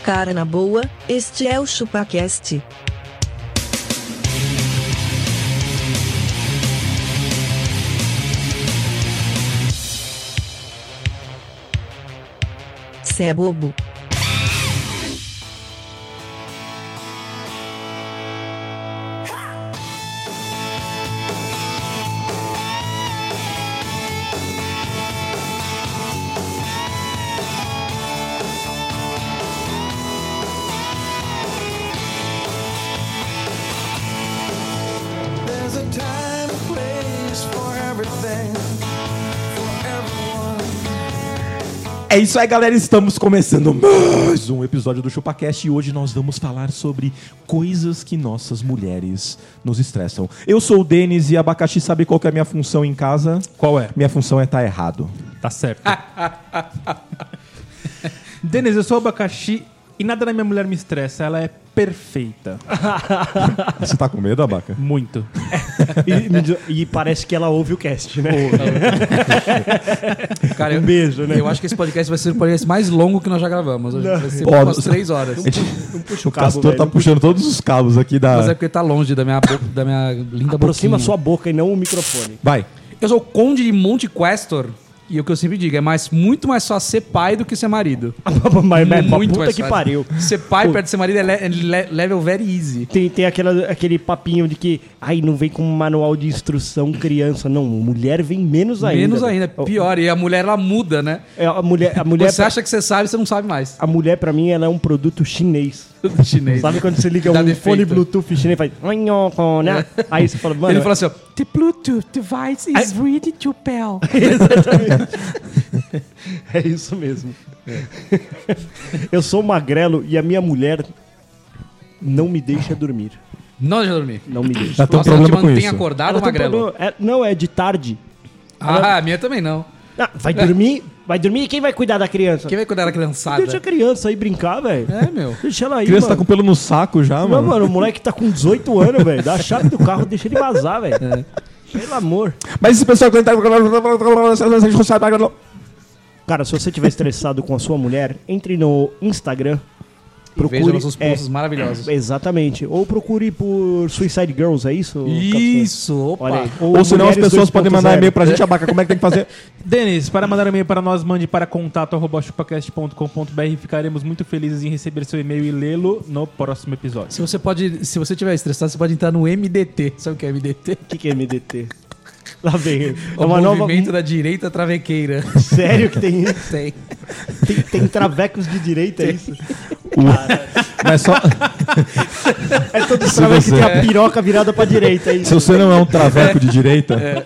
Cara na boa, este é o ChupaCast. Cê é bobo. É isso aí, galera, estamos começando mais um episódio do ChupaCast e hoje nós vamos falar sobre coisas que nossas mulheres nos estressam. Eu sou o Denis e Abacaxi sabe qual que é a minha função em casa? Qual é? Minha função é estar errado. Tá certo. Denis, eu sou o Abacaxi e nada na minha mulher me estressa, ela é perfeita. Você tá com medo, Abaca? Muito. E parece que ela ouve o cast, né? Cara, beijo, né? Eu acho que esse podcast vai ser o podcast mais longo que nós já gravamos. Hoje vai ser Ó, umas 3 horas. Não puxa O Castor tá puxando todos os cabos aqui da... Mas é porque tá longe da minha, da minha linda Aproxima boquinha. sua boca e não o microfone. Vai. Eu sou o Conde de Monte Questor. E o que eu sempre digo, é muito mais fácil ser pai do que ser marido. Mas Muito puta mais que fácil. pariu. Ser pai perto de ser marido é level very easy. Tem aquele papinho de que não vem com um manual de instrução criança. Não, mulher vem menos ainda. Menos ainda, pior. E a mulher, ela muda, né? A mulher Você acha que você sabe, você não sabe mais. A mulher, pra mim, ela é um produto chinês. Chinês. Sabe quando você liga Dá um defeito. fone Bluetooth chinês e faz... né? Aí você fala, mano... Ele fala assim, ó, the Bluetooth device is ready to pair. É isso mesmo. Eu sou magrelo e a minha mulher não me deixa dormir. Não deixa eu dormir. Não me deixa. Já tem um Nossa, ela te problema com mantém isso. acordado, Ela tem magrelo? problema. Não, é de tarde. Ah, a minha também não. Vai dormir e quem vai cuidar da criança? Quem vai cuidar da criançada? Deixa a criança aí brincar, velho. É, meu. Deixa ela aí, A criança mano. tá com pelo no saco já, Não, mano. mano, o moleque tá com 18 anos, velho. Dá a chave do carro, deixa ele vazar, velho. Pelo amor. Mas esse pessoal que tá... Cara, se você estiver estressado com a sua mulher, entre no Instagram. E veja nossos posts maravilhosos. Exatamente. Ou procure por Suicide Girls, é isso? Isso, opa. Olha aí. Ou senão as Mulheres pessoas podem mandar 2.0. e-mail pra gente, Abaca, como é que tem que fazer? Denis, para mandar um e-mail para nós, mande para contato@chupacast.com.br e ficaremos muito felizes em receber seu e-mail e lê-lo no próximo episódio. Se você estiver estressado, você pode entrar no MDT. Sabe o que é MDT? O que é MDT? Lá vem. É o movimento da direita travequeira. Sério que tem isso? Tem. Tem travecos de direita, é isso? Mas só... É todos os travecos que tem a piroca virada pra direita, é Se isso? você não é um traveco de direita,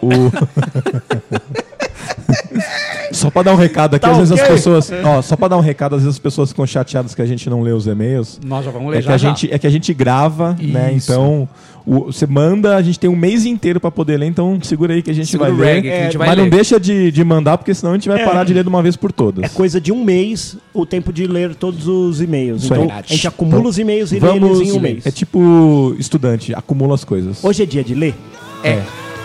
Só pra dar um recado aqui, Tá às vezes ok. as pessoas... Ó, só pra dar um recado, às vezes as pessoas ficam chateadas que a gente não lê os e-mails. Nós já vamos ler É que a gente grava, né? Isso. Então, você manda, a gente tem um mês inteiro pra poder ler, então segura aí que a gente Segura vai o ler. reggae que a gente vai Mas não ler. deixa de mandar, porque senão a gente vai parar de ler de uma vez por todas. É coisa de um mês o tempo de ler todos os e-mails. Isso Então, aí. a gente acumula Então, os e-mails e lê eles em um mês. É tipo estudante, acumula as coisas. Hoje é dia de ler? É.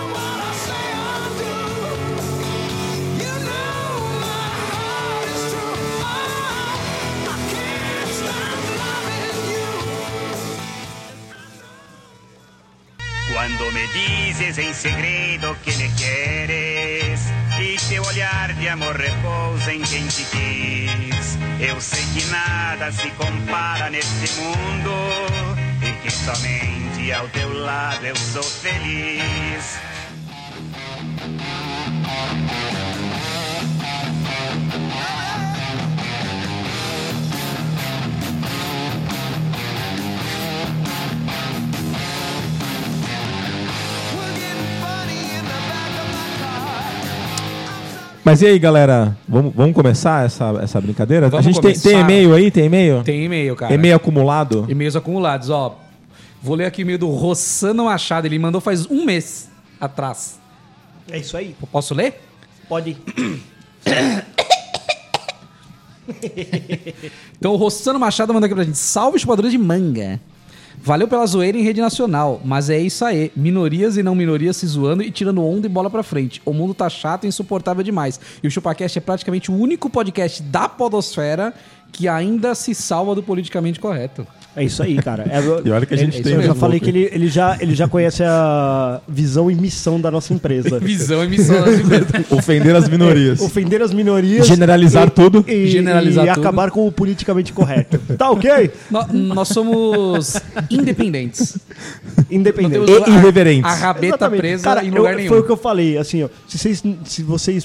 Quando me dizes em segredo que me queres e teu olhar de amor repousa em quem te quis, eu sei que nada se compara neste mundo e que somente ao teu lado eu sou feliz. Mas e aí, galera? Vamos começar essa brincadeira? Vamos a gente começar. tem e-mail aí? Tem e-mail? Tem e-mail, cara. E-mail acumulado? E-mails acumulados, ó. Vou ler aqui o e-mail do Rossano Machado. Ele mandou faz um mês atrás. É isso aí. Posso ler? Pode. Então o Rossano Machado mandou aqui pra gente. Salve, chupadores de manga. Valeu pela zoeira em rede nacional, mas é isso aí. Minorias e não minorias se zoando e tirando onda e bola pra frente. O mundo tá chato e insuportável demais. E o ChupaCast é praticamente o único podcast da podosfera que ainda se salva do politicamente correto. É isso aí, cara. E olha que a gente tem... Eu já mesmo, falei que ele já conhece a visão e missão da nossa empresa. Visão e missão das empresas. Ofender as minorias. Ofender as minorias. Generalizar tudo. Generalizar e tudo. acabar com o politicamente correto. Tá ok? Nós somos independentes. Independente. Não temos E irreverentes. A rabeta Exatamente. presa Cara, em lugar nenhum. Foi o que eu falei, assim, ó. Se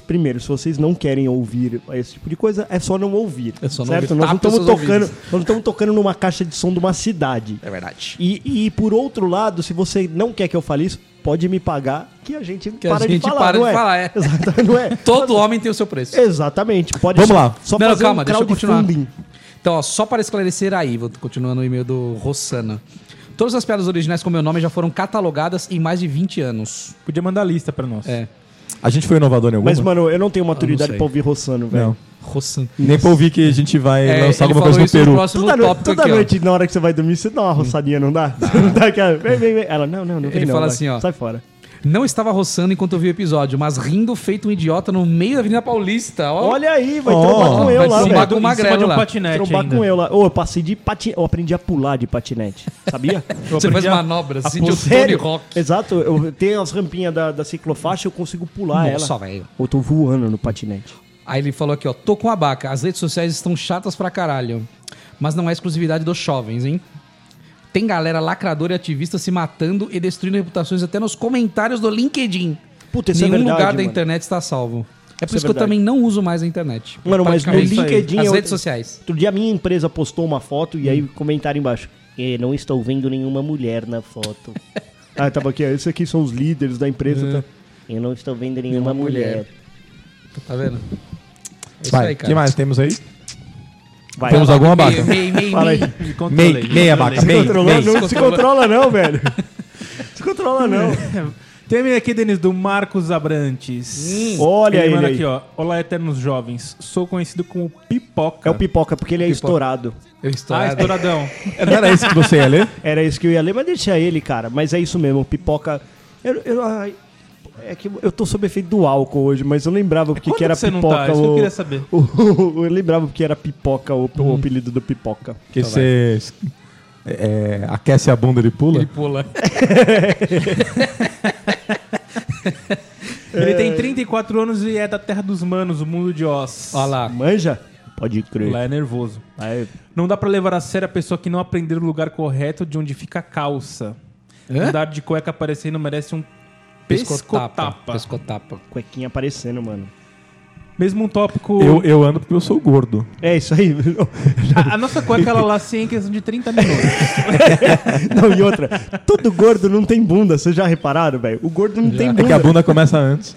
vocês não querem ouvir esse tipo de coisa, é só não ouvir. É só não certo? ouvir. Nós não Tapa estamos seus tocando, ouvidos. nós não estamos tocando numa caixa de som de uma cidade. É verdade. E por outro lado, se você não quer que eu fale isso, pode me pagar que a gente Que para a gente de falar, para não de é? falar, é. Exatamente, não é? Todo homem tem o seu preço. Exatamente. Pode Vamos lá. Só Não, fazer calma, um deixa eu continuar. crowdfunding. Então, ó, só para esclarecer aí, vou continuar no e-mail do Rossana. Todas as piadas originais com meu nome já foram catalogadas em mais de 20 anos. Podia mandar a lista pra nós. É. A gente foi inovador em alguma? Mas, mano, eu não tenho maturidade sei. pra ouvir Rossano, velho. Não. Rossana. Nem pra ouvir que a gente vai lançar ele alguma falou coisa no isso no Peru. próximo Toda, tópico toda aqui, ó. noite, na hora que você vai dormir, você dá uma roçadinha, não dá? Você não dá aquela... Vem. Ela, não vem Ele não, fala vai. assim, ó. Sai fora. Não estava roçando enquanto eu vi o episódio, mas rindo feito um idiota no meio da Avenida Paulista. Ó. Olha aí, vai Ó, trombar com vai eu lá, trombar velho. com o Em cima Magrelo de um lá. patinete Trombar ainda. com eu lá. Ô, eu passei de patinete. Eu aprendi a pular de patinete. Sabia? Você faz manobras, assim, de um Tony Sério? Rock. Exato. Eu tenho as rampinhas da ciclofaixa, eu consigo pular Nossa, ela. velho. Eu tô voando no patinete. Aí ele falou aqui, ó, tô com a baca. As redes sociais estão chatas pra caralho. Mas não é exclusividade dos jovens, hein? Tem galera lacradora e ativista se matando e destruindo reputações até nos comentários do LinkedIn. Puta, isso é Nenhum verdade, lugar da mano. internet está salvo. É por Isso isso é que eu verdade. também não uso mais a internet. Mano, mas no Praticamente. LinkedIn... As eu- redes sociais. Outro dia a minha empresa postou uma foto e aí comentaram embaixo. Não estou vendo nenhuma mulher na foto. Tava aqui. Esses aqui são os líderes da empresa. Tá? Eu não estou vendo nenhuma mulher. Tá vendo? É isso Vai, aí, o cara. que mais temos aí? Vai. Temos alguma baca? Meio. Fala aí. Me controlei. Meia baca, Se meia. controlou? Não se Controla. controla não, velho. Se controla não. Tem e-mail aqui, Denis, do Marcos Abrantes. Olha Ele ele manda aí. aqui, ó. Olá, eternos jovens. Sou conhecido como Pipoca. É o Pipoca, porque ele é estourado. Eu estou. Ah, estouradão. Não era esse que você ia ler? Era isso que eu ia ler, mas deixa ele, cara. Mas é isso mesmo, Pipoca... Ai, é que eu tô sob efeito do álcool hoje, mas eu lembrava porque Quando que era que você não Pipoca. tá? Isso que eu queria saber. Eu lembrava porque era Pipoca o apelido do Pipoca. Que você aquece a bunda e pula? Ele pula. Ele tem 34 anos e é da Terra dos Manos, o mundo de Oz. Olha lá. Manja? Pode crer. Lá é nervoso. Aí, Não dá pra levar a sério a pessoa que não aprender o lugar correto de onde fica a calça. Hã? Andar de cueca aparecendo merece um pescotapa. Pescotapa. cuequinha aparecendo, mano. Mesmo um tópico... Eu ando porque eu sou gordo. É isso aí. A nossa cueca, ela lacia em questão de 30 minutos. Não, e outra. Todo gordo não tem bunda, vocês já repararam, velho? O gordo não tem É bunda. que a bunda começa antes.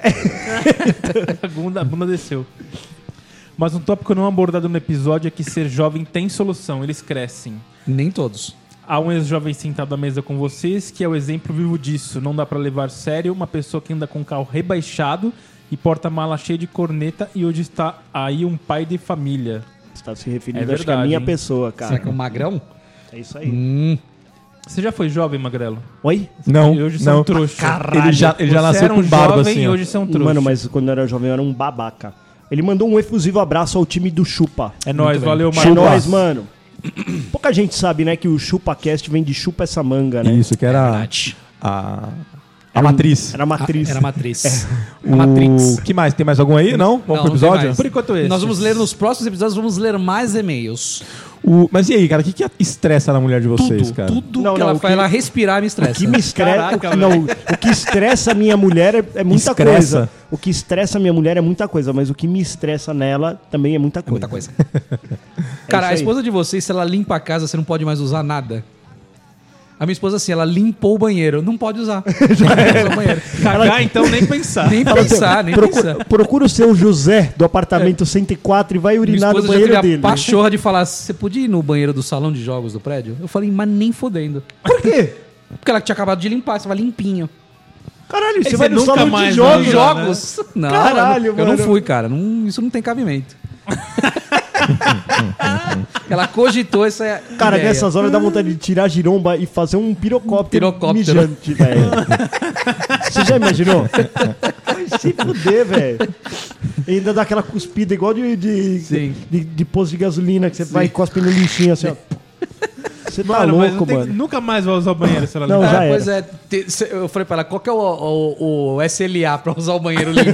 A bunda desceu. Mas um tópico não abordado no episódio é que ser jovem tem solução, eles crescem. Nem todos. Há um ex-jovem sentado à mesa com vocês que é o exemplo vivo disso. Não dá pra levar sério uma pessoa que anda com um carro rebaixado e porta-mala cheio de corneta e hoje está aí um pai de família. Você tá se referindo, É acho que é a verdade, minha hein? pessoa, cara. Será que é um magrão? É isso aí. Você já foi jovem, Magrelo? Oi? Não, E hoje você é um não. trouxa. Ele já Você nasceu era um com barba jovem assim, e ó. hoje você é um trouxa. Mano, mas quando eu era jovem eu era um babaca. Ele mandou um efusivo abraço ao time do Chupa. É nóis, bem. valeu, É Marcos. nóis, mano. Pouca gente sabe, né, que o ChupaCast vem de chupa essa manga, né? Isso, que era Verdade. a matriz. Era matriz. Era matriz. O Matrix. que mais? Tem mais algum aí? Não? Vamos Não, pro não tem episódio? mais. Por enquanto esse. Nós vamos ler nos próximos episódios, vamos ler mais e-mails. Mas e aí, cara? O que estressa na mulher de vocês, cara? Tudo Não, que não, ela o faz, que- ela respirar me estressa. O que me estressa, Caraca, o que estressa a minha mulher é muita Estressa? coisa. O que estressa a minha mulher é muita coisa, mas o que me estressa nela também é muita coisa. Muita coisa. Cara, isso a aí. esposa de vocês, se ela limpa a casa, você não pode mais usar nada. A minha esposa, assim, ela limpou o banheiro. Não pode usar. Não pode usar o banheiro. Cagar, então, nem pensar. Nem pensar, nem pensar. Procura o seu José do apartamento 104 e vai Minha urinar no esposa já banheiro teve a dele. pachorra de falar, você podia ir no banheiro do salão de jogos do prédio? Eu falei, mas nem fodendo. Por quê? Porque ela tinha acabado de limpar, você vai limpinho. Caralho, você Você vai no nunca salão mais de vai jogos. usar, Jogos? Não, Caralho, eu não mano. fui, cara. Isso não tem cabimento. Ela cogitou essa Cara, ideia. nessas horas dá vontade de tirar a giromba e fazer um pirocóptero Pirocóptero. mijante, velho. Você já imaginou? Vai se fuder, velho. E ainda dá aquela cuspida igual Sim. de posto de gasolina, que você vai e cospe no lixinho assim, ó. Você tá Mano, mas não louco, tem- mano. nunca mais vai usar o banheiro se ela Não, limpar. já era. Pois é, eu falei pra ela, qual que é o SLA pra usar o banheiro limpo?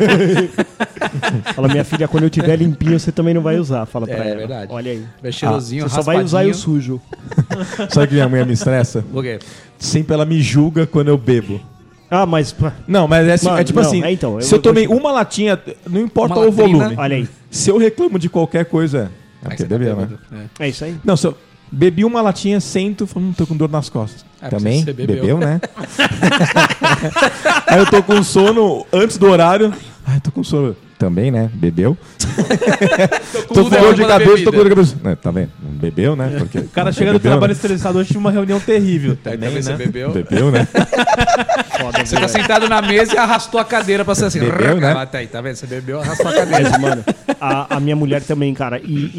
Fala, minha filha, quando eu tiver limpinho, você também não vai usar. Fala pra É ela. verdade. Olha aí. É cheirosinho, Você só vai usar raspadinho. o sujo. Sabe que minha mulher me estressa? O quê? Sempre ela me julga quando eu bebo. Ah, mas... Não, mas é, assim, Mano, é tipo não, assim, é então, se eu eu tomei vou- uma latinha, não importa Uma o latrina. volume. Olha aí. Se eu reclamo de qualquer coisa, é porque você tá bebeu, né? bêbado. É isso aí. Não, se eu bebi uma latinha, sento, falo, tô com dor nas costas. É, Também, você bebeu. bebeu, né? Aí eu tô com sono antes do horário. Ai, tô com sono. Também, né? Bebeu. Tô com dor de cabeça, tô com dor de cabeça. É, tá vendo? Bebeu, né? Porque O cara chega do bebeu, trabalho né? estressado, hoje tive uma reunião terrível. Também, Você né? bebeu? Bebeu, né? Você tá sentado na mesa e arrastou a cadeira pra ser assim. Bebeu, né? Ah, tá aí, tá vendo? Você bebeu, arrastou a cadeira. Mas, mano, a minha mulher também, cara.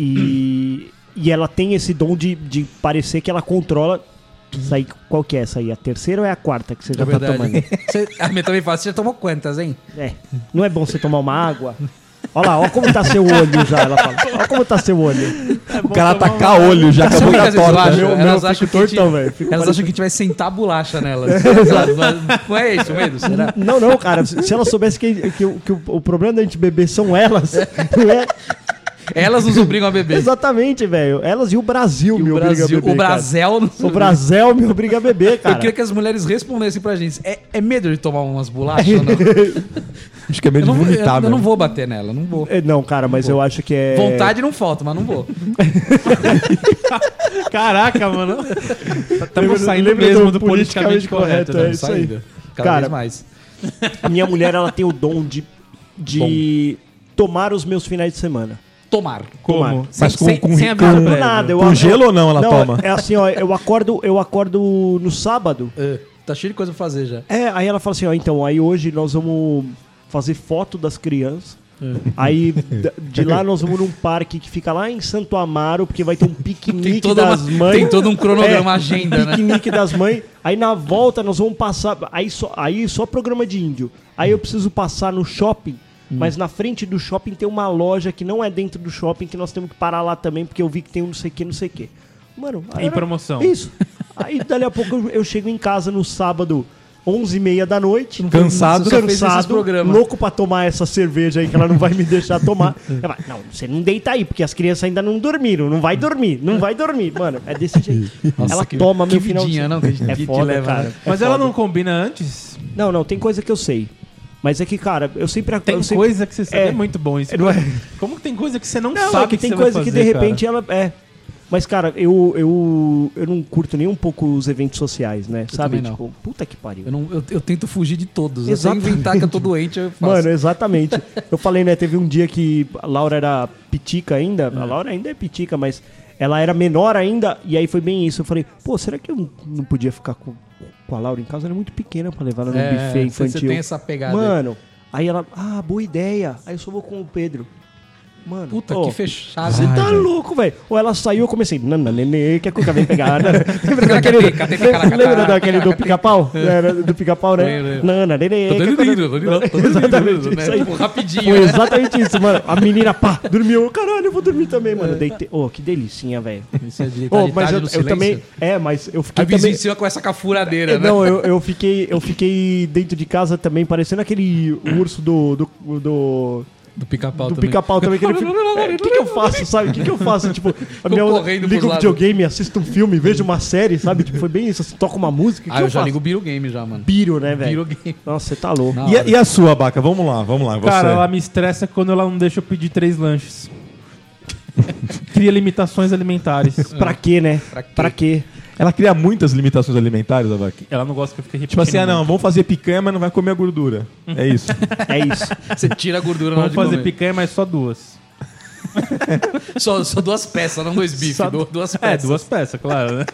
E ela tem esse dom de parecer que ela controla. Isso aí, qual que é essa aí? A terceira ou é a quarta que você já É tá verdade. tomando? A minha também fala, você já tomou quantas, hein? É. Não é bom você tomar uma água? Olha lá, olha como tá seu olho já, ela fala. Olha como tá seu olho. O cara tá caolho já, Sabe acabou o que com a às vezes eu torta. acho? Meu, Elas eu acham fico que tortão, velho. Fico Elas parecendo- acham que a gente vai sentar bolacha nelas. Não é isso mesmo? Será? Não, cara. Se ela soubesse que o problema da gente beber são elas, não é? Elas nos obrigam a beber. Exatamente, velho. Elas e o Brasil E me o obriga a Brasil, beber. o Brasil nos O Brasil me obriga a beber, Eu cara. queria que as mulheres respondessem pra gente. É medo de tomar umas bolachas ou não? Acho que é meio Eu de não, vomitar, eu não velho. vou bater nela, não vou. É, não, cara, mas eu acho que é... Vontade não falta, mas não vou. Caraca, mano. Estamos saindo lembra mesmo do do politicamente correto. é né? isso aí. Cada Cara, vez mais. A minha mulher, ela tem o dom de tomar os meus finais de semana. Tomar. Como? Mas com sem aviso com- prévio. Nada, Com gelo ou não ela toma? É assim, ó, eu acordo no sábado. Tá cheio de coisa pra fazer já. Aí ela fala assim, ó, então, aí hoje nós vamos fazer foto das crianças. Aí de lá nós vamos num parque que fica lá em Santo Amaro, porque vai ter um piquenique das mães. Tem todo um cronograma, agenda, né? Piquenique das mães. Aí na volta nós vamos passar. Aí só programa de índio. Aí eu preciso passar no shopping. Mas na frente do shopping tem uma loja que não é dentro do shopping, que nós temos que parar lá também, porque eu vi que tem um não sei o que, não sei o que. Mano, aí Em promoção. Isso. Aí dali a pouco eu chego em casa no sábado, 11h30 da noite. Cansado. Você só fez esse Cansado, programa. louco pra tomar essa cerveja aí que ela não vai me deixar tomar. Ela vai, não, você não deita aí, porque as crianças ainda não dormiram. Não vai dormir, não vai dormir. Mano, é desse jeito. Nossa, ela que- toma que meu final de vidinha, semana. não, que a gente- É que foda, leva, cara. né? Mas É ela foda. não combina antes? Não, tem coisa que eu sei. Mas é que, cara, eu sempre... Tem eu sempre- coisa que você sabe. É muito bom isso. Não é? Como que tem coisa que você não, Não, sabe é que tem você coisa vai que fazer, de repente cara? ela... É. Mas, cara, eu não curto nem um pouco os eventos sociais, né? Sabe? também não. Tipo, puta que pariu. Eu tento fugir de todos. Se eu Exatamente. inventar que eu tô doente, eu faço. Mano, exatamente. Eu falei, né? Teve um dia que a Laura era pitica ainda. A Laura ainda é pitica, mas ela era menor ainda. E aí foi bem isso. Eu falei, pô, será que eu não podia ficar com a Laura em casa? Ela é muito pequena pra levar ela no buffet infantil. Você tem essa pegada. aí. Mano, aí ela, boa ideia. Aí eu só vou com o Pedro. Mano, Puta, ó, que fechado. Você tá louco, velho. Ou ela saiu, eu comecei, nana, nenê, que a Cuca vem pegar. Lembra daquele, lembra daquele do pica-pau? Era do pica-pau, né? Lembro. Nana, nenê. Exatamente, isso aí. Rapidinho, Foi né? exatamente isso, mano. A menina, pá, dormiu. Caralho, eu vou dormir também, mano. Deitei. Ô, que delicinha, velho. Isso é de Ô, de mas tarde eu no silêncio. também. É, mas eu fiquei A vizinha também. em cima com essa cafuradeira, né? Não, eu fiquei dentro de casa também, parecendo aquele urso do Do pica-pau do também. pica-pau também. O que eu faço, sabe? O que eu faço? Tipo, correndo ligo pros o lados. videogame, assisto um filme, vejo uma série, sabe? Tipo, foi bem isso. Assim, toca uma música. O que Ah, eu eu já faço? ligo o Biro Game já, mano. Piro, né, velho? Biro Game. Nossa, você tá louco. Não. E a sua, Baca? Vamos lá. Você. Cara, ela me estressa quando ela não deixa eu pedir 3 lanches. Cria limitações alimentares. Pra quê, né? Pra quê? Pra quê? Ela cria muitas limitações alimentares, a Baca. Ela não gosta que eu fique repetindo. Tipo assim, não, muito. vamos fazer picanha, mas não vai comer a gordura. É isso. É isso. Você tira a gordura na hora Vamos de fazer comer. picanha, mas só 2. Só 2 peças, não 2 bifes. Só- 2 É, peças. 2 peças, claro, né?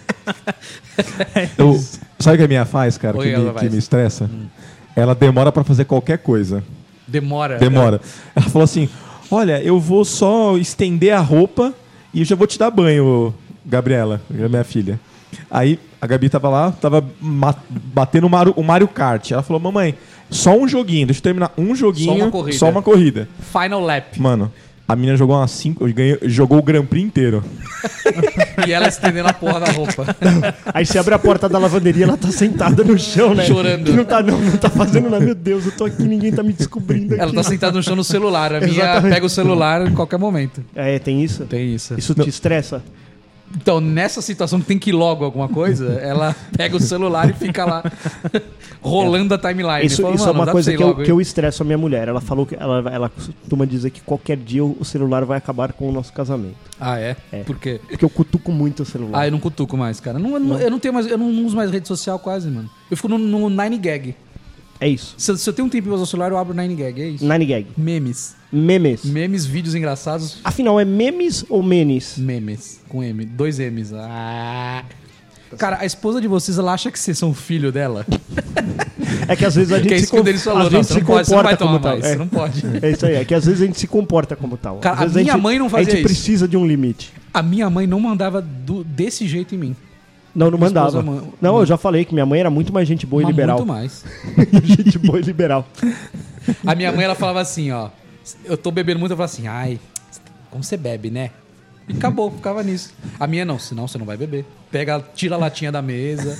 Sabe o que a minha faz, cara, Oi, que, ela que faz. me estressa? Ela demora pra fazer qualquer coisa. Demora. Demora. Ela falou assim: olha, eu vou só estender a roupa e eu já vou te dar banho, Gabriela, minha filha. Aí a Gabi tava lá, batendo o Mario Kart. Ela falou, mamãe, só um joguinho, deixa eu terminar um joguinho, só uma corrida. Final lap. Mano, a menina jogou umas 5, jogou o Grand Prix inteiro. E ela estendendo a porra da roupa. Aí você abre a porta da lavanderia, ela tá sentada no chão, né? Chorando. Não tá fazendo nada. Meu Deus, eu tô aqui, ninguém tá me descobrindo aqui. Ela tá sentada no chão no celular. A minha Exatamente. pega o celular em qualquer momento. É, tem isso? Tem isso. Isso te estressa? Então, nessa situação que tem que ir logo alguma coisa, ela pega o celular e fica lá rolando a timeline. Isso, Fala, isso é "Mano, uma dá coisa pra você ir logo que eu estresso a minha mulher. Ela falou que ela costuma dizer que qualquer dia o celular vai acabar com o nosso casamento. Ah, é? É. Por quê? Porque eu cutuco muito o celular. Ah, eu não cutuco mais, cara. Eu não tenho mais, eu não uso mais rede social quase, mano. Eu fico no 9gag. É isso. Se eu tenho um tempo pra usar o celular, eu abro o 9gag, é isso. 9gag. Memes. Memes. Vídeos engraçados. Afinal, é memes ou menes? Memes. Com M. 2 M's. Ah. Cara, a esposa de vocês, ela acha que vocês são filho dela? É que às vezes a gente Que é isso que o deles falou. a Não, gente você se não pode, você não vai comporta tomar como tal. mais. Você não pode. É isso aí. É que às vezes a gente se comporta como tal. Cara, Às vezes a minha mãe não fazia A gente isso. precisa de um limite. A minha mãe não mandava desse jeito em mim. Não Minha mandava. esposa Não, eu já falei que minha mãe era muito mais gente boa e Mas liberal. muito mais. Gente boa e liberal. A minha mãe, ela falava assim, ó. Eu tô bebendo muito, eu falava assim, ai, como você bebe, né? E acabou, ficava nisso. A minha não, senão você não vai beber. Tira a latinha da mesa.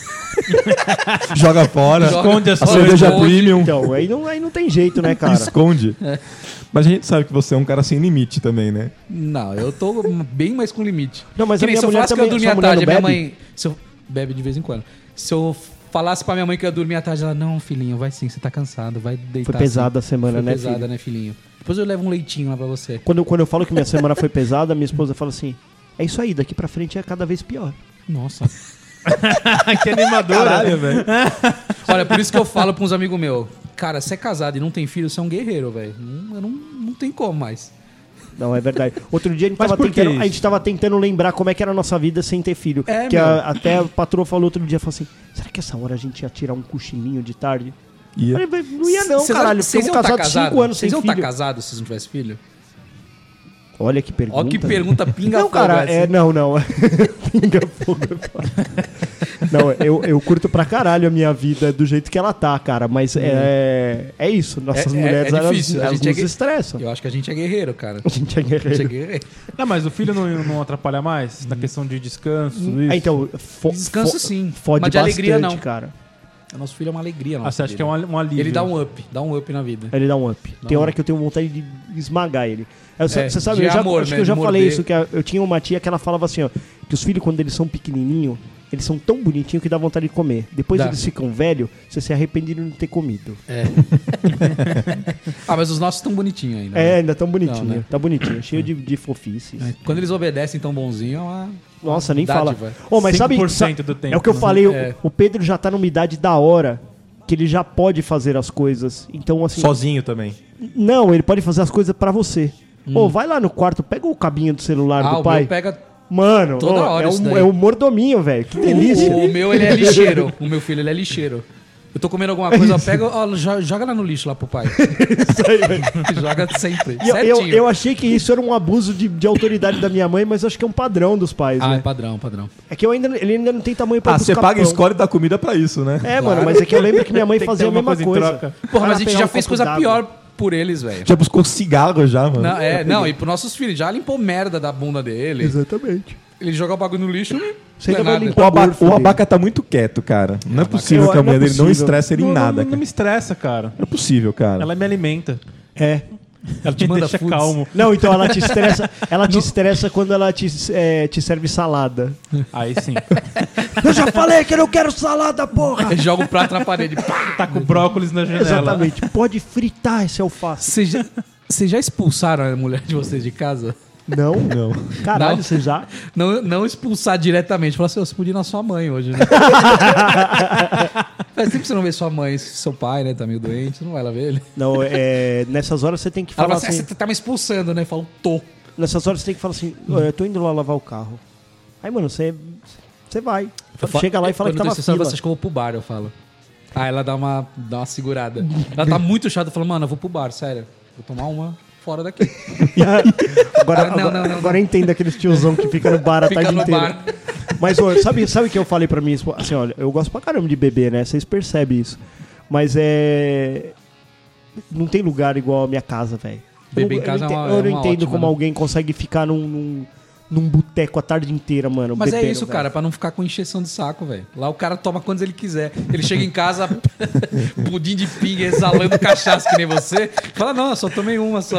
Joga fora. Esconde a a sua cerveja esconde. premium. Então, aí não tem jeito, né, cara? Esconde. Mas a gente sabe que você é um cara sem limite também, né? Não, eu tô bem mais com limite. Não, mas Que a nem minha se eu mulher falasse que eu também- dormia sua mulher tarde, a não minha bebe? mãe... Se eu bebe de vez em quando. Se eu falasse pra minha mãe que eu ia dormir à tarde, ela, não, filhinho, vai sim, você tá cansado, vai deitar. Foi pesada assim. a semana, Foi né, pesada, filho? né, filhinho? Depois eu levo um leitinho lá pra você. Quando eu falo que minha semana foi pesada, minha esposa fala assim: é isso aí, daqui pra frente é cada vez pior. Nossa. Que animadora. Caralho, velho. Olha, por isso que eu falo pra uns amigos meus, cara, você é casado e não tem filho, você é um guerreiro, velho. Não tem como mais. Não, é verdade. Outro dia Mas por que isso? a gente tava tentando lembrar como é que era a nossa vida sem ter filho. É, que meu. até a patroa falou outro dia, falou assim: será que essa hora a gente ia tirar um cochilinho de tarde? Ia. Eu falei, não ia não, Vocês- caralho. vocês Ficamos iam tá casados 5 anos sem Vocês iam filho. estar casados se vocês não tivessem filho? Olha que pergunta. Olha que pergunta pinga Não, cara, não. Pinga fogo. Não, eu curto pra caralho a minha vida do jeito que ela tá, cara. Mas é isso. Nossas mulheres, difícil. A elas gente nos é gue- estressam. Eu acho que a gente é guerreiro, cara. A gente é A gente é guerreiro. guerreiro. Não, mas o filho não atrapalha mais? Na questão de descanso, isso? Então, Descanso sim, fode mas de alegria bastante, não. cara. O nosso filho é uma alegria, Ah, nossa você acha que é vida. um alívio? Ele dá um up na vida. Ele dá um up. Tem um hora que eu tenho vontade de esmagar ele. Você sabe, de eu já, amor, acho né, que eu já de falei morder. isso, que eu tinha uma tia que ela falava assim, ó, que os filhos, quando eles são pequenininhos, eles são tão bonitinhos que dá vontade de comer. Depois Dá. eles ficam velhos, você se arrepende de não ter comido. Ah, mas os nossos estão bonitinhos ainda. É, né? ainda tão bonitinho. Não, né? Tá bonitinho, cheio de fofices. Quando eles obedecem tão bonzinho, é uma... Nossa, nem dádiva. fala. Oh, mas sabe, 100% do tempo, é o que eu né? falei, É. o Pedro já tá numa idade da hora que ele já pode fazer as coisas. Então, assim, Sozinho também. não, ele pode fazer as coisas pra você. Ô, vai lá no quarto, pega o cabinho do celular Ah, do o pai. meu pega... Mano, toda ó, hora é isso um, daí. é um mordominho, velho. Que delícia. O meu, ele é lixeiro. O meu filho, ele é lixeiro. Eu tô comendo alguma coisa, ó, pega, ó, joga lá no lixo lá pro pai. Isso aí, velho. Joga sempre, E certinho. eu achei que isso era um abuso de autoridade da minha mãe, mas eu acho que é um padrão dos pais, Ah, é né? padrão. É que ele ainda não tem tamanho pra Ah, você buscar paga a pão. escola e dá comida pra isso, né? É, mano, mas é que eu lembro que minha mãe Tem que fazia a ter uma mesma coisa em coisa. troca. Porra, mas Vai a gente pegar já um fez copo coisa d'água. pior por eles, velho. Já buscou cigarro já, mano. Não, e pros nossos filhos, já limpou merda da bunda dele. Exatamente. Ele joga o bagulho no lixo e Você não é ainda vai nada. limpar O, aba Gorfo o dele. Abaca tá muito quieto, cara. Não é possível que a não é mulher dele não possível. estresse ele em nada, Não cara. me estressa, cara. Não é possível, cara. Ela me alimenta. É. Ela te me manda deixa foods. calmo. Não, então ela te estressa. Ela te estressa quando ela te serve salada. Aí sim. Eu já falei que eu não quero salada, porra! Ele joga o prato na parede. Pá! Tá com brócolis na janela. Exatamente. Pode fritar esse alface. Vocês já expulsaram a mulher de vocês de casa? Não? Não. Caralho, Não. você já? Não expulsar diretamente. Falar assim, você podia ir na sua mãe hoje, né? Faz tempo que você não vê sua mãe, seu pai, né? Tá meio doente, você não vai lá ver ele. Não, nessas horas você tem que Ela falar fala assim, assim. você tá me expulsando, né? Fala, tô. Nessas horas você tem que falar assim: "Ó, eu tô indo lá lavar o carro. Aí, mano, você vai. Chega lá e fala que tá na Você fila. acha que eu vou pro bar, eu falo. Aí ela dá uma segurada. Ela tá muito chata, eu falo, mano, eu vou pro bar, sério. Vou tomar uma. fora daqui. Agora eu entendo aqueles tiozão que fica no bar a Fica tarde no inteira. bar. Mas, ô, sabe o que eu falei pra mim? Assim, olha, eu gosto pra caramba de beber, né? Vocês percebem isso. Mas não tem lugar igual a minha casa, velho. Beber em casa eu não entendo ótima, como né? alguém consegue ficar num boteco a tarde inteira, mano. Mas bebendo, é isso, velho. cara, pra não ficar com encheção de saco, velho. Lá o cara toma quantos ele quiser. Ele chega em casa, pudim de pinga, exalando cachaça que nem você. Fala, não, eu só tomei uma só.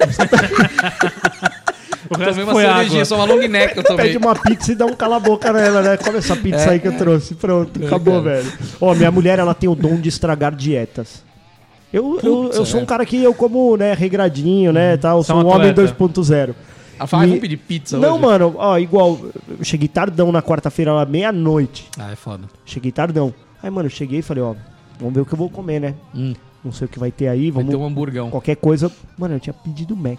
O resto Tomei uma foi cervejinha, água. só uma long neck eu tomei. Pede uma pizza e dá um cala-boca nela, né? Come essa pizza aí que eu trouxe. Pronto, acabou, cara. velho. Ó, minha mulher, ela tem o dom de estragar dietas. Eu sou um cara que eu como, né, regradinho, né, tal. Eu Você é sou um um homem atleta. 2.0. Ela fala, E- vamos pedir pizza Não, hoje? mano, ó, igual, eu cheguei tardão na quarta-feira, lá meia-noite. Ah, é foda. Cheguei tardão. Aí, mano, eu cheguei e falei, ó, vamos ver o que eu vou comer, né? Não sei o que vai ter aí, Vai vamos... ter um hamburgão. Qualquer coisa... Mano, eu tinha pedido Mac.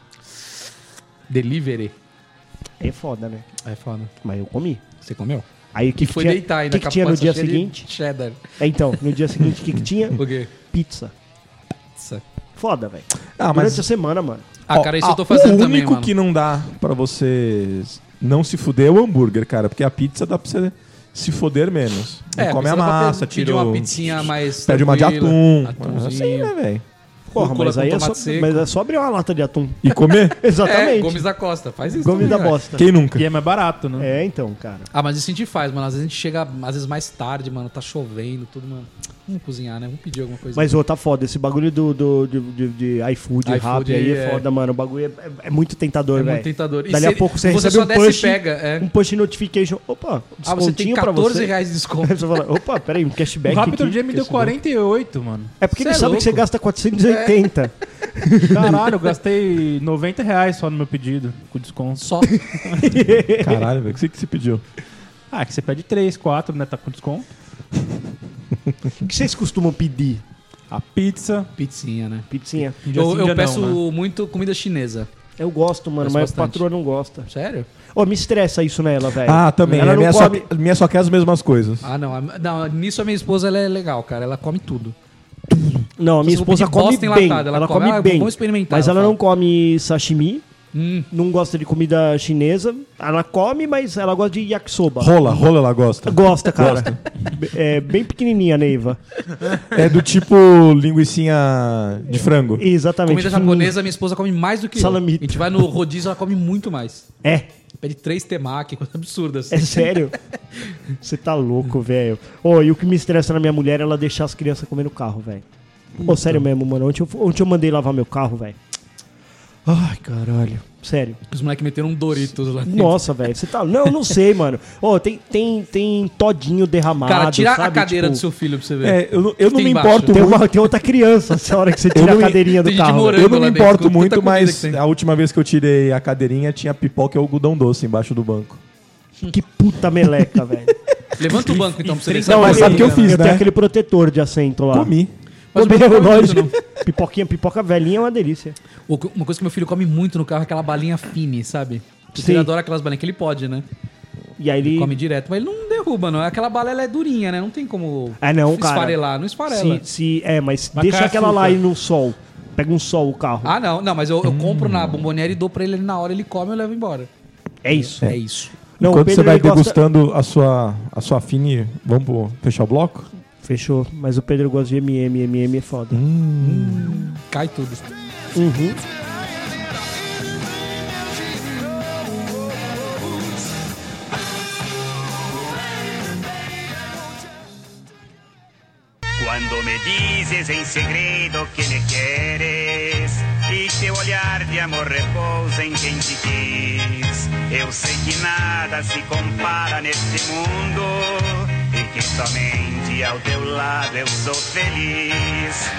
Delivery. É foda, né? É foda. Mas eu comi. Você comeu? Aí o que E foi tinha, deitar ainda. que tinha no dia cheia de seguinte? Cheddar. Então, no dia seguinte, o que tinha? O quê? Pizza. Pizza. Foda, velho. Ah, Durante mas a semana, mano. Ah, cara, isso eu tô fazendo o também, único mano. que não dá pra você não se fuder é o hambúrguer, cara. Porque a pizza dá pra você se foder menos. Não come a precisa pra massa, pedir tira uma o... pizzinha mais Pede uma de tranquila, atum. atumzinho. Assim, né, velho? Porra, Rúcula mas com aí tomate seco. mas é só abrir uma lata de atum. E comer? Exatamente. É, Gomes da Costa. Faz isso Gomes também, da cara. bosta. Quem nunca? E é mais barato, né? É, então, cara. Ah, mas isso a gente faz, mano. Às vezes a gente chega, às vezes mais tarde, mano. Tá chovendo, tudo, mano. Vamos cozinhar, né? Vamos pedir alguma coisa. Mas, ô, tá foda. Esse bagulho de iFood, iFood Rappi aí é é- foda, mano. O bagulho é muito tentador, é velho. muito tentador. E Dali a pouco você recebe só um desce push, e pega. É. um push notification. Opa, Ah, você tem descontinho pra 14 você. reais de desconto. Aí você fala, opa, peraí, um cashback O Rappi aqui. dia me deu 48, mano. É porque Cê ele é sabe que você louco. gasta 480. Caralho, eu gastei 90 reais só no meu pedido, com desconto. Só. Caralho, velho. O que você pediu? Ah, que você pede 3, 4, né? Tá com desconto. O que vocês costumam pedir? A pizza. Pizzinha, né? Pizzinha. Dia sim, Eu dia peço não, né? muito comida chinesa. Eu gosto, mano, Gosto mas bastante. a patroa não gosta. Sério? Ô, me estressa isso nela, velho. Ah, também. Ela A não minha, come... minha só quer as mesmas coisas. Ah, não. Não, nisso a minha esposa ela é legal, cara. Ela come tudo. Não, a minha Se eu esposa pedir come bosta bem. enlatada, Ela ela come come. Ah, bem. vamos experimentar, Mas ela ela fala. não come sashimi, Hum. não gosta de comida chinesa. Ela come, mas ela gosta de yakisoba. Rola ela gosta. Gosta, cara. É bem pequenininha, Neiva. É do tipo linguicinha de frango. Exatamente. Comida japonesa, minha esposa come mais do que Salamito. eu. A gente vai no rodízio, ela come muito mais. É, Pede 3 temaki, coisa absurda assim. é sério. Você tá louco, velho. Ô, e o que me estressa na minha mulher é ela deixar as crianças comer no carro, velho. Ô, sério mesmo, mano. Ontem eu mandei lavar meu carro, velho. Ai, caralho. Sério. Os moleques meteram um Doritos lá dentro. Nossa, velho. Você tá... Não sei, mano. Ô, tem todinho derramado, Cara, tira sabe? a cadeira Tipo, do seu filho pra você ver. É, eu não Tem me embaixo. importo muito. Tem outra criança essa hora que você tira Eu a não- cadeirinha do tem gente carro. morando. Eu não lá me dentro, importo com tanta muito, comida mas que tem. a última vez que eu tirei a cadeirinha tinha pipoca e algodão doce embaixo do banco. Que puta meleca, velho. Levanta o banco então pra você ver. Não, mas sabe o que eu fiz, Eu né? tenho aquele protetor de assento lá. Comi. Mas Comeu, não come lógico. muito, Pipoca velhinha é uma delícia. Uma coisa que meu filho come muito no carro é aquela balinha fine, sabe? Porque Sim. ele adora aquelas balinhas que ele pode, né? E aí ele... Come direto, mas ele não derruba, não. Aquela bala ela é durinha, né? Não tem como Ah, não, cara. esfarelar. Não esfarela. Mas Mas deixa cai aquela lá açúcar. aí no sol. Pega um sol o carro. Ah, não, mas eu compro na bomboniere e dou pra ele ali na hora, ele come e eu levo embora. É isso. É isso. Não, o Enquanto Pedro, você vai ele gosta- degustando a sua fine, vamos fechar o bloco? Fechou. Mas o Pedro gosta de MM. MM é foda. Cai tudo. Uhum. Quando me dizes em segredo que me queres e teu olhar de amor repousa em quem te quis, eu sei que nada se compara neste mundo e que somente ao teu lado eu sou feliz.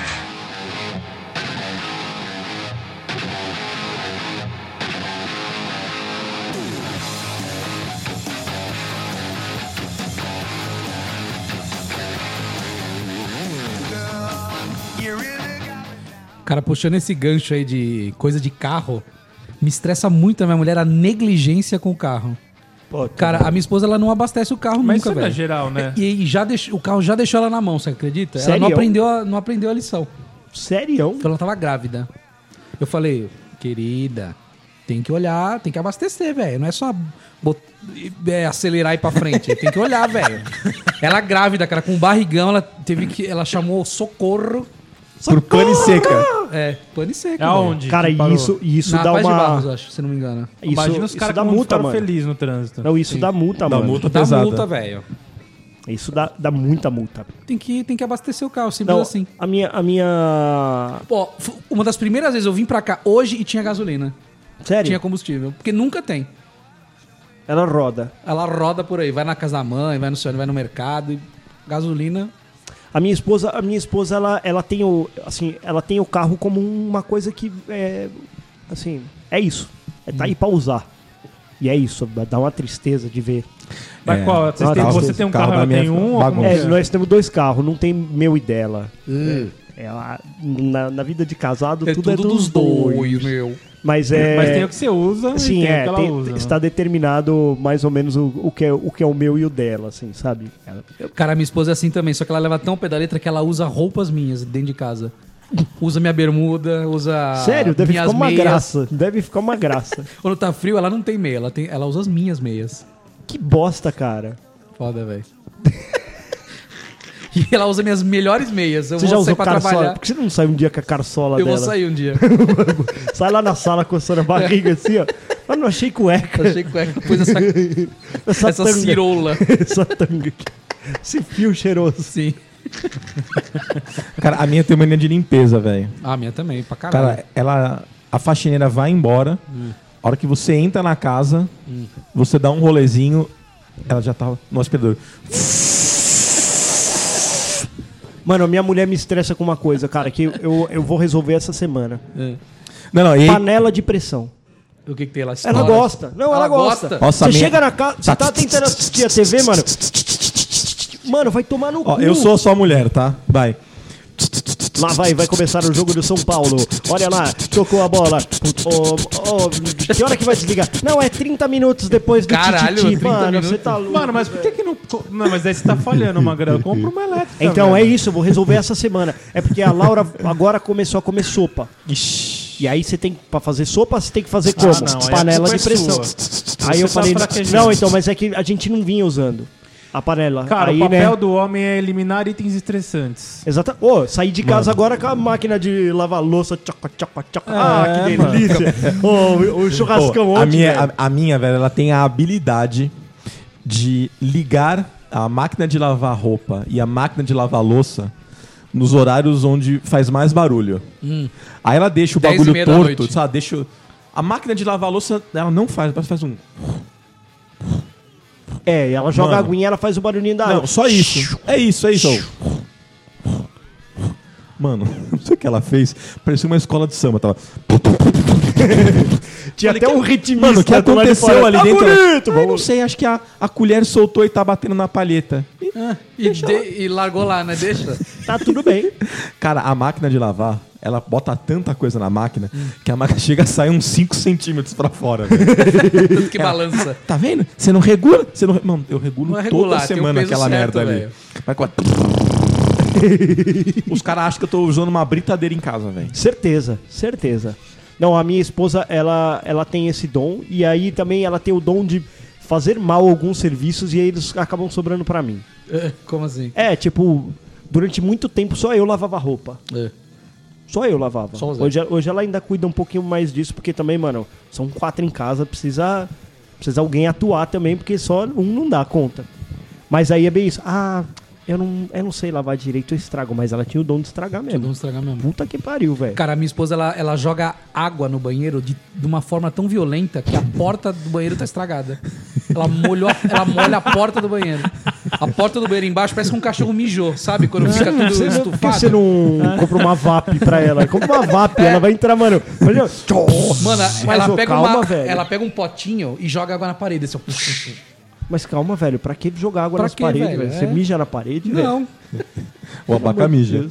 Cara, puxando esse gancho aí de coisa de carro, me estressa muito a minha mulher a negligência com o carro. Pô, Cara, a minha esposa ela não abastece o carro Mas nunca, isso é velho. geral, né? E o carro já deixou ela na mão, você acredita? Ela Sério? não aprendeu a lição. Sério? Então ela tava grávida. Eu falei, querida, tem que olhar, tem que abastecer, velho. Não é só acelerar e ir pra frente. Tem que olhar, velho. Ela grávida, cara, com barrigão, ela chamou socorro. Por pane seca. Pane seca. É aonde? Cara, que parou? isso Na dá Paz de uma... Barros, acho, se não me engano. Imagina os isso caras dá como multa, ficaram mano. felizes no trânsito. Não, isso dá multa, Dá mano. multa Dá pesada. multa, velho. Isso dá muita multa. Tem que abastecer o carro, simples Não, assim. a minha... Pô, uma das primeiras vezes eu vim pra cá hoje e tinha gasolina. Sério? Tinha combustível. Porque nunca tem. Ela roda. Ela roda por aí, vai na casa da mãe, vai no mercado. Gasolina. A minha esposa, ela tem o carro como uma coisa que é isso. Tá aí pra usar. E é isso, dá uma tristeza de ver. Mas qual? Você tem um carro, ela tem um? Ou como que é? Nós temos 2 carros, não tem meu e dela. Na vida de casado, tudo é dos dois. meu. Mas tem o que você usa sim, e tem o que ela usa. está determinado mais ou menos o que é o meu e o dela, assim, sabe? Cara, minha esposa é assim também, só que ela leva tão pé da letra que ela usa roupas minhas dentro de casa. Usa minha bermuda, usa Sério, deve minhas ficar uma meias. graça. Deve ficar uma graça. Quando tá frio, ela não tem meia, ela usa as minhas meias. Que bosta, cara. Foda, velho. E ela usa minhas melhores meias. Você já usou carçola? Por que você não sai um dia com a carçola Eu dela? vou sair um dia. Sai lá na sala coçando a barriga assim, ó. Eu não achei cueca. Achei que pôs essa tanga. cirola. Essa tanga aqui. Esse fio cheiroso. Sim. Cara, a minha tem mania de limpeza, velho. A minha também, pra caralho. Cara, a faxineira vai embora. A hora que você entra na casa, você dá um rolezinho, ela já tá no aspirador. Mano, a minha mulher me estressa com uma coisa, cara, que eu vou resolver essa semana. Não, e aí, Panela de pressão. O que tem lá? Ela gosta. Não, ela gosta. Nossa, Você chega na casa, você tá tentando assistir a TV, mano. Mano, vai tomar no cu. eu sou a sua mulher, tá? Vai. Lá vai começar o jogo do São Paulo. Olha lá, tocou a bola. Que hora que vai desligar? Não, é 30 minutos depois do Caralho, tititi. 30 Mano, minutos. você tá louco. Mano, mas por que não... Não, mas aí você tá falhando, Magrão. Compra uma elétrica. Então, velho. é isso, eu vou resolver essa semana. É porque a Laura agora começou a comer sopa. E aí você tem, pra fazer sopa, você tem que fazer como? não, aí a Panela culpa de é pressão. sua. Aí eu Você tá falei, fraquejando. não, então, mas é que a gente não vinha usando a panela. Cara, aí, o papel né? do homem é eliminar itens estressantes. Exato. Saí de casa agora com a máquina de lavar louça. Tchoca, tchoca, tchoca. Que mano. delícia. O churrascão a ontem, velho. minha, velho, ela tem a habilidade de ligar a máquina de lavar roupa e a máquina de lavar louça nos horários onde faz mais barulho. Aí ela deixa o 10:30 bagulho da torto, noite. sabe? Deixa... A máquina de lavar louça, ela não faz, ela faz um... Ela joga Mano. a aguinha e ela faz o barulhinho da Não, água. só isso. É isso. Mano, não sei o que ela fez. Parecia uma escola de samba. Tava... Tinha até um ritmista. Mano, o que do lado de aconteceu fora. ali Tá dentro? bonito, Eu não sei, acho que a colher soltou e tá batendo na palheta. E largou lá, né? Deixa. Tá tudo bem. Cara, a máquina de lavar, ela bota tanta coisa na máquina que a máquina chega a sair uns 5 centímetros pra fora. Velho. Tanto que balança. Tá vendo? Você não regula? Mano, eu regulo Não é toda regular, tem um semana peso aquela certo, merda ali. velho. Vai com a... Os caras acham que eu tô usando uma britadeira em casa, velho. Certeza. Não, a minha esposa, ela tem esse dom. E aí também ela tem o dom de fazer mal alguns serviços e aí eles acabam sobrando pra mim. Como assim? Tipo, durante muito tempo só eu lavava roupa. Só eu lavava. Só o Zé. Hoje ela ainda cuida um pouquinho mais disso, porque também, mano, são 4 em casa, precisa alguém atuar também, porque só um não dá conta. Mas aí é bem isso. Eu não sei lavar direito, eu estrago, mas ela tinha o dom de estragar mesmo. Vamos estragar mesmo. Puta que pariu, velho. Cara, a minha esposa, ela joga água no banheiro de uma forma tão violenta que a porta do banheiro tá estragada. Ela molha a porta do banheiro. A porta do banheiro embaixo parece que um cachorro mijou, sabe? Quando fica tudo Por que estufado. você não compra uma VAP pra ela? Compra uma VAP, ela vai entrar, mano. Olha, Mano, mas, calma, velho. ela pega um potinho e joga água na parede. Assim, ó. Mas calma, velho, pra que jogar água Pra nas quê, paredes, velho? velho? Você mija na parede, velho? Não. O abaca mija.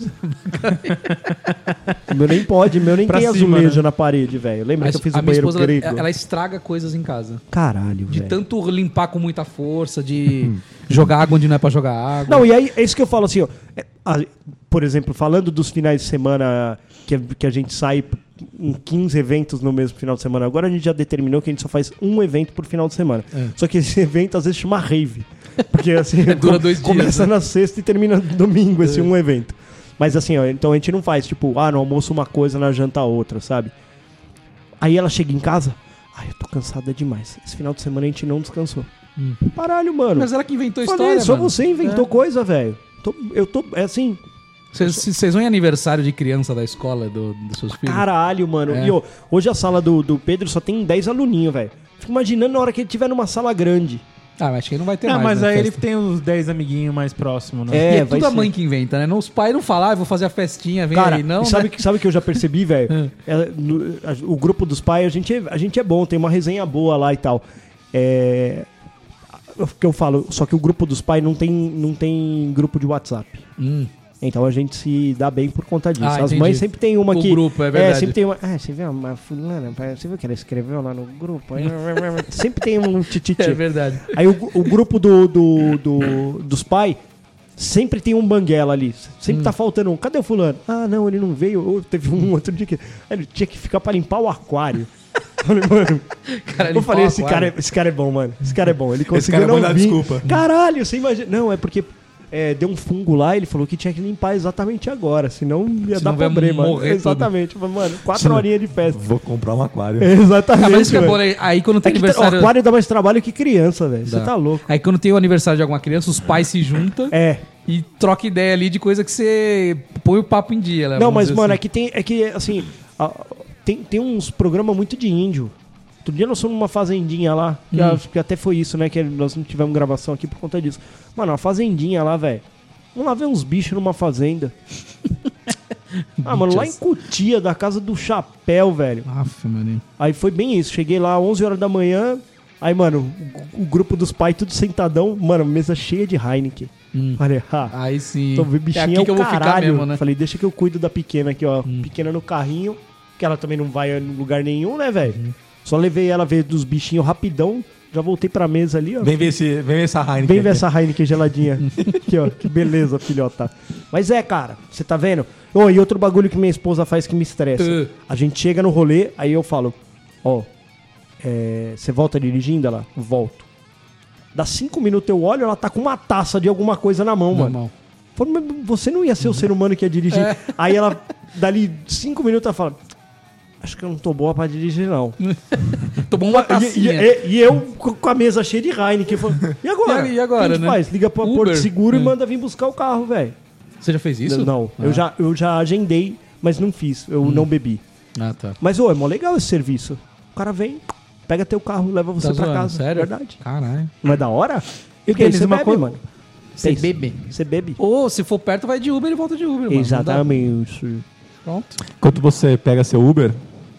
O meu nem pode, o meu nem Pra tem cima, azulejo né? na parede, velho. Lembra Mas que eu fiz a o minha banheiro esposa, grego? ela estraga coisas em casa. Caralho, De velho. tanto limpar com muita força, de jogar água onde não é pra jogar água. Não, e aí é isso que eu falo assim, ó. Por exemplo, falando dos finais de semana que a gente sai em 15 eventos no mesmo final de semana. Agora a gente já determinou que a gente só faz um evento por final de semana. Só que esse evento às vezes chama rave. Porque assim, Dura 2 dias, começa né? na sexta e termina no domingo esse um evento. Mas assim, ó, então a gente não faz tipo, no almoço uma coisa, na janta outra, sabe? Aí ela chega em casa, eu tô cansada demais. Esse final de semana a gente não descansou. Caralho, mano. Mas ela que inventou a Falei, história, só mano. você inventou coisa, velho. É assim... Vocês vão em aniversário de criança da escola dos seus filhos? Caralho, mano. É. E hoje a sala do Pedro só tem 10 aluninhos, velho. Fico imaginando na hora que ele estiver numa sala grande. Ah, mas acho que ele não vai ter Não, mais. mas né, aí ele festa. tem os 10 amiguinhos mais próximos, né? E é vai tudo a ser. mãe que inventa, né? Os pais não falam, vou fazer a festinha, vem Cara, aí, não, sabe né? que eu já percebi, velho? O grupo dos pais, a gente é bom, tem uma resenha boa lá e tal. O que eu falo, só que o grupo dos pais não tem grupo de WhatsApp. Então a gente se dá bem por conta disso. As entendi. mães sempre tem uma O que... grupo, é verdade. sempre tem uma... você viu uma fulana? Você viu que ela escreveu lá no grupo? Sempre tem um tititi. É verdade. Aí o grupo dos pais sempre tem um banguela ali. Sempre tá faltando um. Cadê o fulano? Ah, não, ele não veio. Teve um outro dia que ele tinha que ficar pra limpar o aquário. Falei, mano. Cara, Eu falei, limpar o esse aquário. cara é bom, mano. Esse cara é bom. Ele conseguiu cara não vai dar vir. desculpa. Caralho, você imagina. Não, é porque deu um fungo lá, ele falou que tinha que limpar exatamente agora, senão ia Senão dar vai problema. morrer Exatamente. Mano, 4 horinhas de festa. Vou comprar um aquário. Exatamente. Ah, mas isso que é mano. bom, né? Aí quando tem É que o aniversário... aquário dá mais trabalho que criança, velho. Você Dá. tá louco. Aí quando tem o aniversário de alguma criança, os pais se juntam e trocam ideia ali de coisa que você põe o papo em dia. Né? Não, Vamos mas, dizer mano, assim. tem uns programas muito de índio. Outro dia nós fomos numa fazendinha lá, que até foi isso, né? Que nós não tivemos gravação aqui por conta disso. Mano, uma fazendinha lá, velho. Vamos lá ver uns bichos numa fazenda. Mano, lá em Cotia, da casa do Chapéu, velho. Aff, mano. Aí foi bem isso. Cheguei lá às 11 horas da manhã. Aí, mano, o grupo dos pais tudo sentadão. Mano, mesa cheia de Heineken. Falei, Aí sim. então, ver bichinho aqui é o que eu vou ficar caralho. mesmo, né? Falei, deixa que eu cuido da pequena aqui, ó. Pequena no carrinho, que ela também não vai em lugar nenhum, né, velho? Só levei ela ver dos bichinhos rapidão. Já voltei pra mesa ali, ó. Vem ver essa Heineken. Vem ver aqui. essa Heineken geladinha. Aqui, ó. Que beleza, filhota. Mas cara, você tá vendo? E outro bagulho que minha esposa faz que me estressa. A gente chega no rolê, aí eu falo, você volta dirigindo? Ela, volto. Dá 5 minutos eu olho, ela tá com uma taça de alguma coisa na mão, mano. Normal. Falo, mas você não ia ser o ser humano que ia dirigir. Aí ela, dali 5 minutos, ela fala, acho que eu não tô boa pra dirigir, não. Tomou uma tacinha. E eu com a mesa cheia de Heineken. Falo, e agora? E agora, O que a gente né? faz? Liga pro Uber. Porto Seguro e manda vir buscar o carro, velho. Você já fez isso? Não, Ah. eu já agendei, mas não fiz. Eu não bebi. Ah, tá. Mas, é mó legal esse serviço. O cara vem, pega teu carro, leva você Tá pra zoando, casa. sério? Verdade. Caralho. Não é da hora? E Denis, você uma bebe, coisa- mano. Você Isso. bebe? Você bebe. Ou se for perto, vai de Uber e volta de Uber, mano. Não Exatamente. dá. Pronto. Enquanto você pega seu Uber,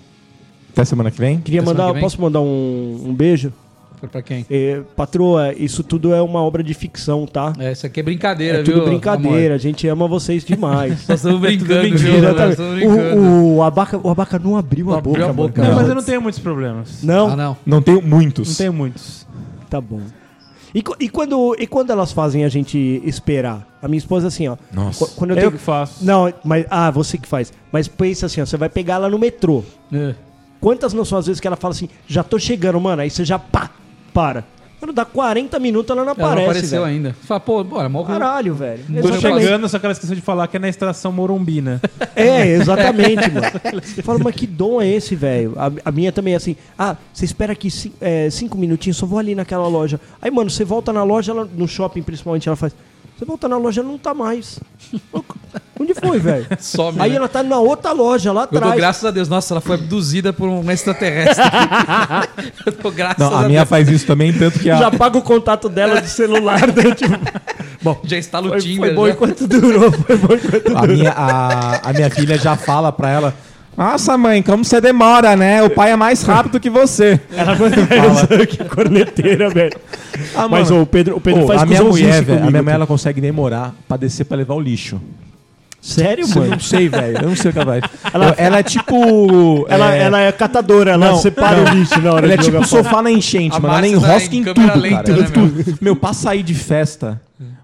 até semana que vem, Queria Até semana mandar, que vem? posso mandar um beijo? Foi pra quem? Patroa, isso tudo é uma obra de ficção, tá? Isso aqui é brincadeira, É viu? tudo brincadeira, amor? a gente ama vocês demais. Nós estamos brincando, mentira, viu? Nós Exatamente. estamos brincando. O Abaca não abriu Não a abriu boca, a boca, mano. Não, Não. mas eu não tenho muitos problemas. Não? Ah, não. não tenho muitos. Não tenho muitos. Tá bom. E quando elas fazem a gente esperar? A minha esposa assim, ó. Nossa. Quando Eu que faço. Não, mas... você que faz. Mas pensa assim, ó. Você vai pegar ela no metrô. É. Quantas não são as vezes que ela fala assim, já tô chegando, mano. Aí você já para. Quando dá 40 minutos, ela não Ela não aparece, apareceu velho. ainda. Fala, pô, bora, morre. Caralho, velho. Tô Exatamente. chegando, só que ela esqueceu de falar que é na estação Morumbi, né? Exatamente, mano. Eu falo, mas que dom é esse, velho? A minha também é assim, você espera aqui 5 minutinhos, só vou ali naquela loja. Aí, mano, você volta na loja, no shopping principalmente, ela faz, você volta na loja, não tá mais. Onde foi, velho? Some, Aí né? ela tá na outra loja, lá Eu dou atrás. graças a Deus. Nossa, ela foi abduzida por um extraterrestre. Eu dou graças Não, a a minha Deus. faz isso também, tanto que Já paga o contato dela de celular, né? Tipo, bom, Já está no foi Tinder. bom já. enquanto durou, foi bom enquanto durou. a minha filha já fala pra ela, nossa mãe, como você demora, né? O pai é mais rápido que você. Ela fala, que corneteira, velho. Mas mano, o Pedro faz a minha cuzãozinho mulher, assim velho, a comigo, minha mulher ela consegue demorar pra descer pra levar o lixo. Sério, Eu mano? não sei, velho. Eu não sei o que ela vai. Ela é tipo. Ela é catadora, ela Não, separa o lixo na hora Ela é de tipo jogar fora. sofá na enchente, A mano. Ela Márcia tá enrosca em em câmera tudo, lenta, cara. né, Tudo. Meu, pra sair de festa,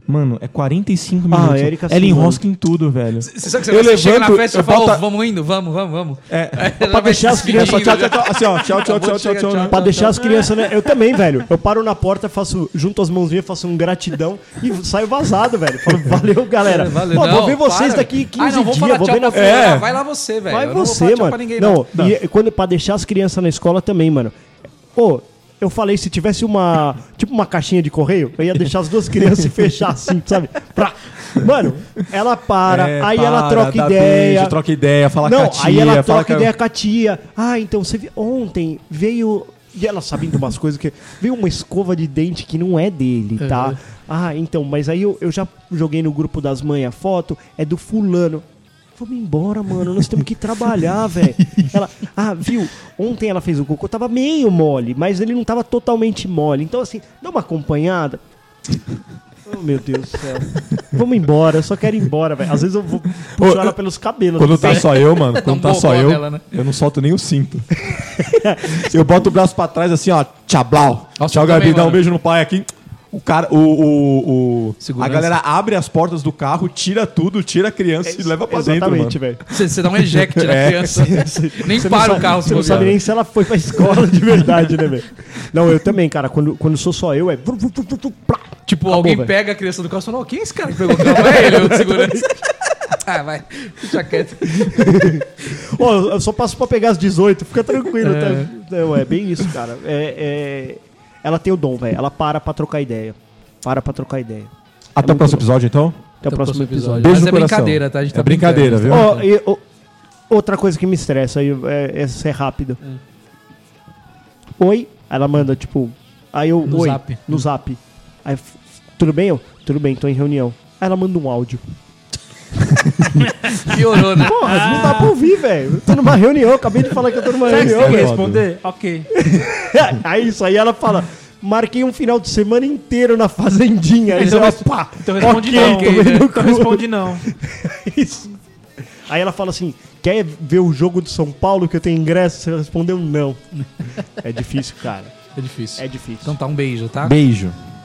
Mano, é 45 minutos. a Erika Ela sim, enrosca em tudo, velho. Você sabe que Eu você chega na levanto, festa e eu fala, boto- "Ô, vamos indo, vamos. É, Pra deixar as crianças... tchau, tchau, tchau. Assim, ó, tchau, tchau, tchau, tchau, tchau. Pra deixar as crianças, né? Eu também, velho. Eu paro na porta, junto as mãozinhas, faço um gratidão e saio vazado, velho. Falo, valeu, galera. Valeu. Pô, Não, vou ver vocês para. daqui 15 Ah, não, vamos dias. falar Vou tchau ver na pra É. fora. Vai lá você, velho. Vai Eu não vou você, falar tchau mano. pra ninguém, não, pra deixar as crianças na escola também, mano. Pô, eu falei, se tivesse uma caixinha de correio, eu ia deixar as duas crianças e fechar assim, sabe? Mano, ela aí ela troca dá ideia. beijo, troca ideia, fala Não, com a tia. aí ela fala troca ideia com a tia. Ah, então você viu, ontem veio... E ela sabendo umas coisas que... Veio uma escova de dente que não é dele, tá? Ah, então, mas aí eu já joguei no grupo das mães a foto, é do fulano. Vamos embora, mano, nós temos que trabalhar, velho. Ela, viu, ontem ela fez o cocô, tava meio mole, mas ele não tava totalmente mole. Então, assim, dá uma acompanhada. Oh, meu Deus do céu. Vamos embora, eu só quero ir embora, velho. Às vezes eu vou puxar ela pelos cabelos. Quando tá só eu, mano, quando tá só eu, nela, né? eu não solto nem o cinto. Eu boto o braço pra trás assim, ó, tchablau. Nossa, Tchau, eu Gabi, também, dá um mano. beijo no pai aqui. O cara, a Segurança. galera abre as portas do carro, tira tudo, tira a criança e leva pra dentro, Exatamente, mano. velho. Você dá um eject na criança. Nem Você para não o carro Você não se sabe bobear. nem se ela foi pra escola de verdade, né, velho? Não, eu também, cara. Quando sou só eu, é... Tipo, Acabou, alguém velho. pega a criança do carro e fala, quem é esse cara que pegou o carro? Não é ele, o segurança. Vai. Deixa quieto. Ó, eu só passo pra pegar as 18, fica tranquilo. Tá? Não, é bem isso, cara. Ela tem o dom, velho. Ela para pra trocar ideia. Até o próximo episódio, então? Até o próximo episódio. Beijo Mas no é coração. brincadeira, tá? A gente tá É brincadeira, viu? Ó, outra coisa que me estressa, essa é rápido. Oi, ela manda, tipo... Aí eu, No oi, zap. no zap. Aí, tudo bem? Eu, tudo bem, tô em reunião. Aí ela manda um áudio. Piorou, né? Porra, não dá pra ouvir, velho. Eu tô numa reunião, acabei de falar que eu tô numa Será que você reunião. tem que foda. responder? Ok. Aí isso, aí ela fala... Marquei um final de semana inteiro na fazendinha. Aí Então, ela, pá, Então responde ok, não. tomei no Então cu. responde não. Isso. Aí ela fala assim, quer ver o jogo do São Paulo que eu tenho ingresso? Você respondeu não. É difícil, cara. É difícil. É difícil. Então tá, um beijo, tá? Beijo.